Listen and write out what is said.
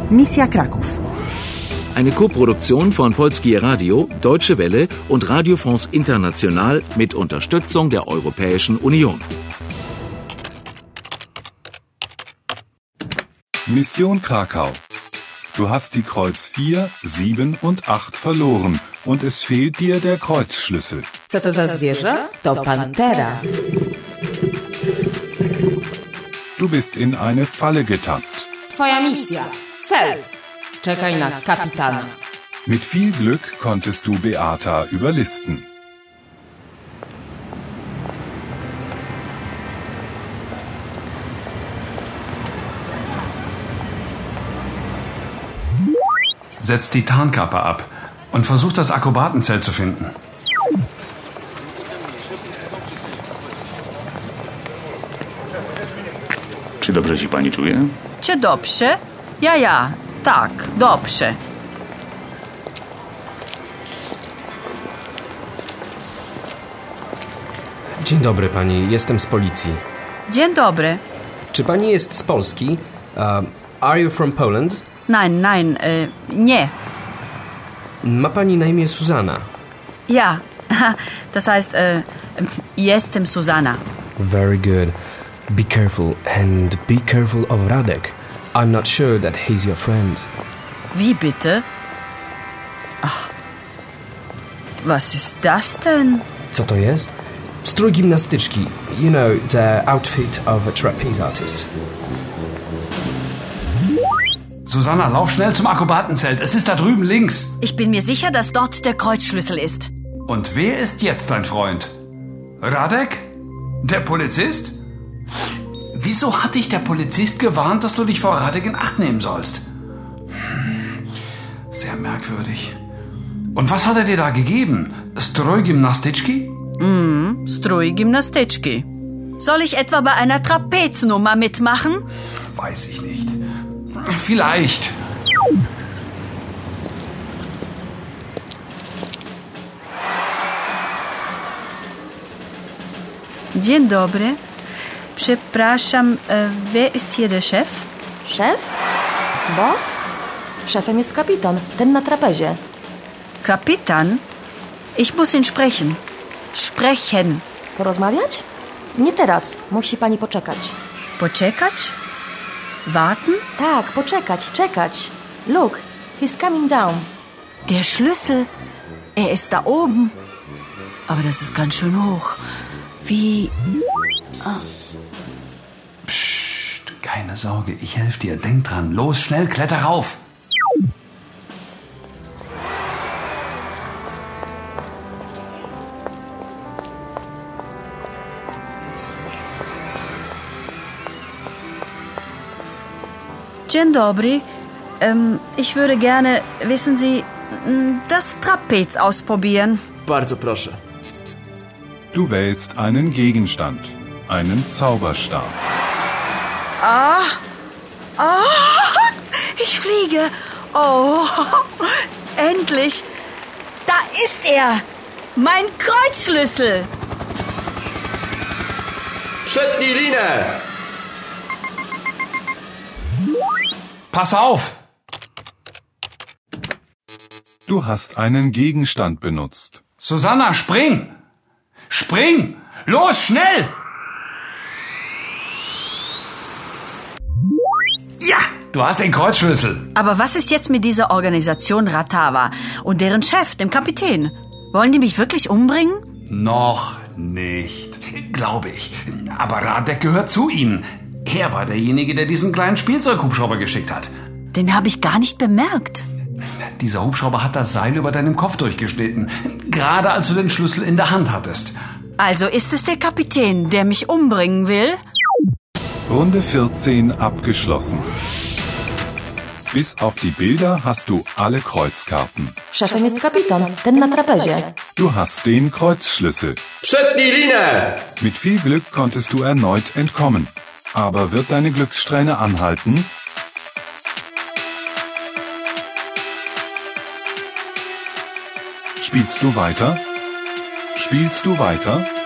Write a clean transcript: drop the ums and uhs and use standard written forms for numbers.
Misja Kraków. Eine Koproduktion von Polskie Radio, Deutsche Welle und Radio France International mit Unterstützung der Europäischen Union. Mission Krakau. Du hast die Kreuz 4, 7 und 8 verloren und es fehlt dir der Kreuzschlüssel. Co to za zwierzę? To pantera. Du bist in eine Falle getappt. Twoja misja. Cel. Czekaj na kapitana. Mit viel Glück konntest du Beata überlisten. Setz die Tarnkappe ab und versuch das Akrobatenzelt zu finden. Czy dobrze się pani czuje? Czy dobrze? Ja, tak, dobrze. Dzień dobry pani, jestem z policji. Dzień dobry. Czy pani jest z Polski? Are you from Poland? Nein, nie. Ma pani na imię Susanna. Ja, das heißt, jestem Susanna. Very good. Be careful and be careful of Radek. I'm not sure that he's your friend. Wie bitte? Ach, was ist das denn? Co to jest? Strój gimnastyczki. You know, the outfit of a trapeze artist. Susanna, lauf schnell zum Akrobatenzelt. Es ist da drüben links. Ich bin mir sicher, dass dort der Kreuzschlüssel ist. Und wer ist jetzt dein Freund? Radek? Der Polizist? Wieso hat dich der Polizist gewarnt, dass du dich vor Radek in Acht nehmen sollst? Sehr merkwürdig. Und was hat er dir da gegeben? Stroj gimnastyczki? Strój gimnastyczki. Soll ich etwa bei einer Trapeznummer mitmachen? Weiß ich nicht. Vielleicht. Dzień dobry. Przepraszam, wer ist hier der Chef? Szef? Boss? Szefem jest kapitan, ten na trapezie. Kapitan? Ich muss ihn sprechen. Sprechen. Porozmawiać? Nie teraz, musi pani poczekać. Poczekać? Warten? Tak, poczekać, czekać. Look, he's coming down. Der Schlüssel. Er ist da oben. Aber das ist ganz schön hoch. Wie... Psst, keine Sorge, ich helfe dir. Denk dran. Los, schnell, kletter rauf. Dzień dobry. Ich würde gerne, wissen Sie, das Trapez ausprobieren. Bardzo proszę. Du wählst einen Gegenstand, einen Zauberstab. Ich fliege. Oh, endlich. Da ist er. Mein Kreuzschlüssel. Przednij linę! Pass auf! Du hast einen Gegenstand benutzt. Susanna, spring! Spring! Los, schnell! Ja, du hast den Kreuzschlüssel. Aber was ist jetzt mit dieser Organisation Ratava und deren Chef, dem Kapitän? Wollen die mich wirklich umbringen? Noch nicht, glaube ich. Aber Radek gehört zu ihnen. Er war derjenige, der diesen kleinen Spielzeughubschrauber geschickt hat. Den habe ich gar nicht bemerkt. Dieser Hubschrauber hat das Seil über deinem Kopf durchgeschnitten, gerade als du den Schlüssel in der Hand hattest. Also ist es der Kapitän, der mich umbringen will? Runde 14 abgeschlossen. Bis auf die Bilder hast du alle Kreuzkarten. Szefem jest kapitan, ten na trapezie. Du hast den Kreuzschlüssel. Przednij linę! Mit viel Glück konntest du erneut entkommen. Aber wird deine Glückssträhne anhalten? Spielst du weiter? Spielst du weiter?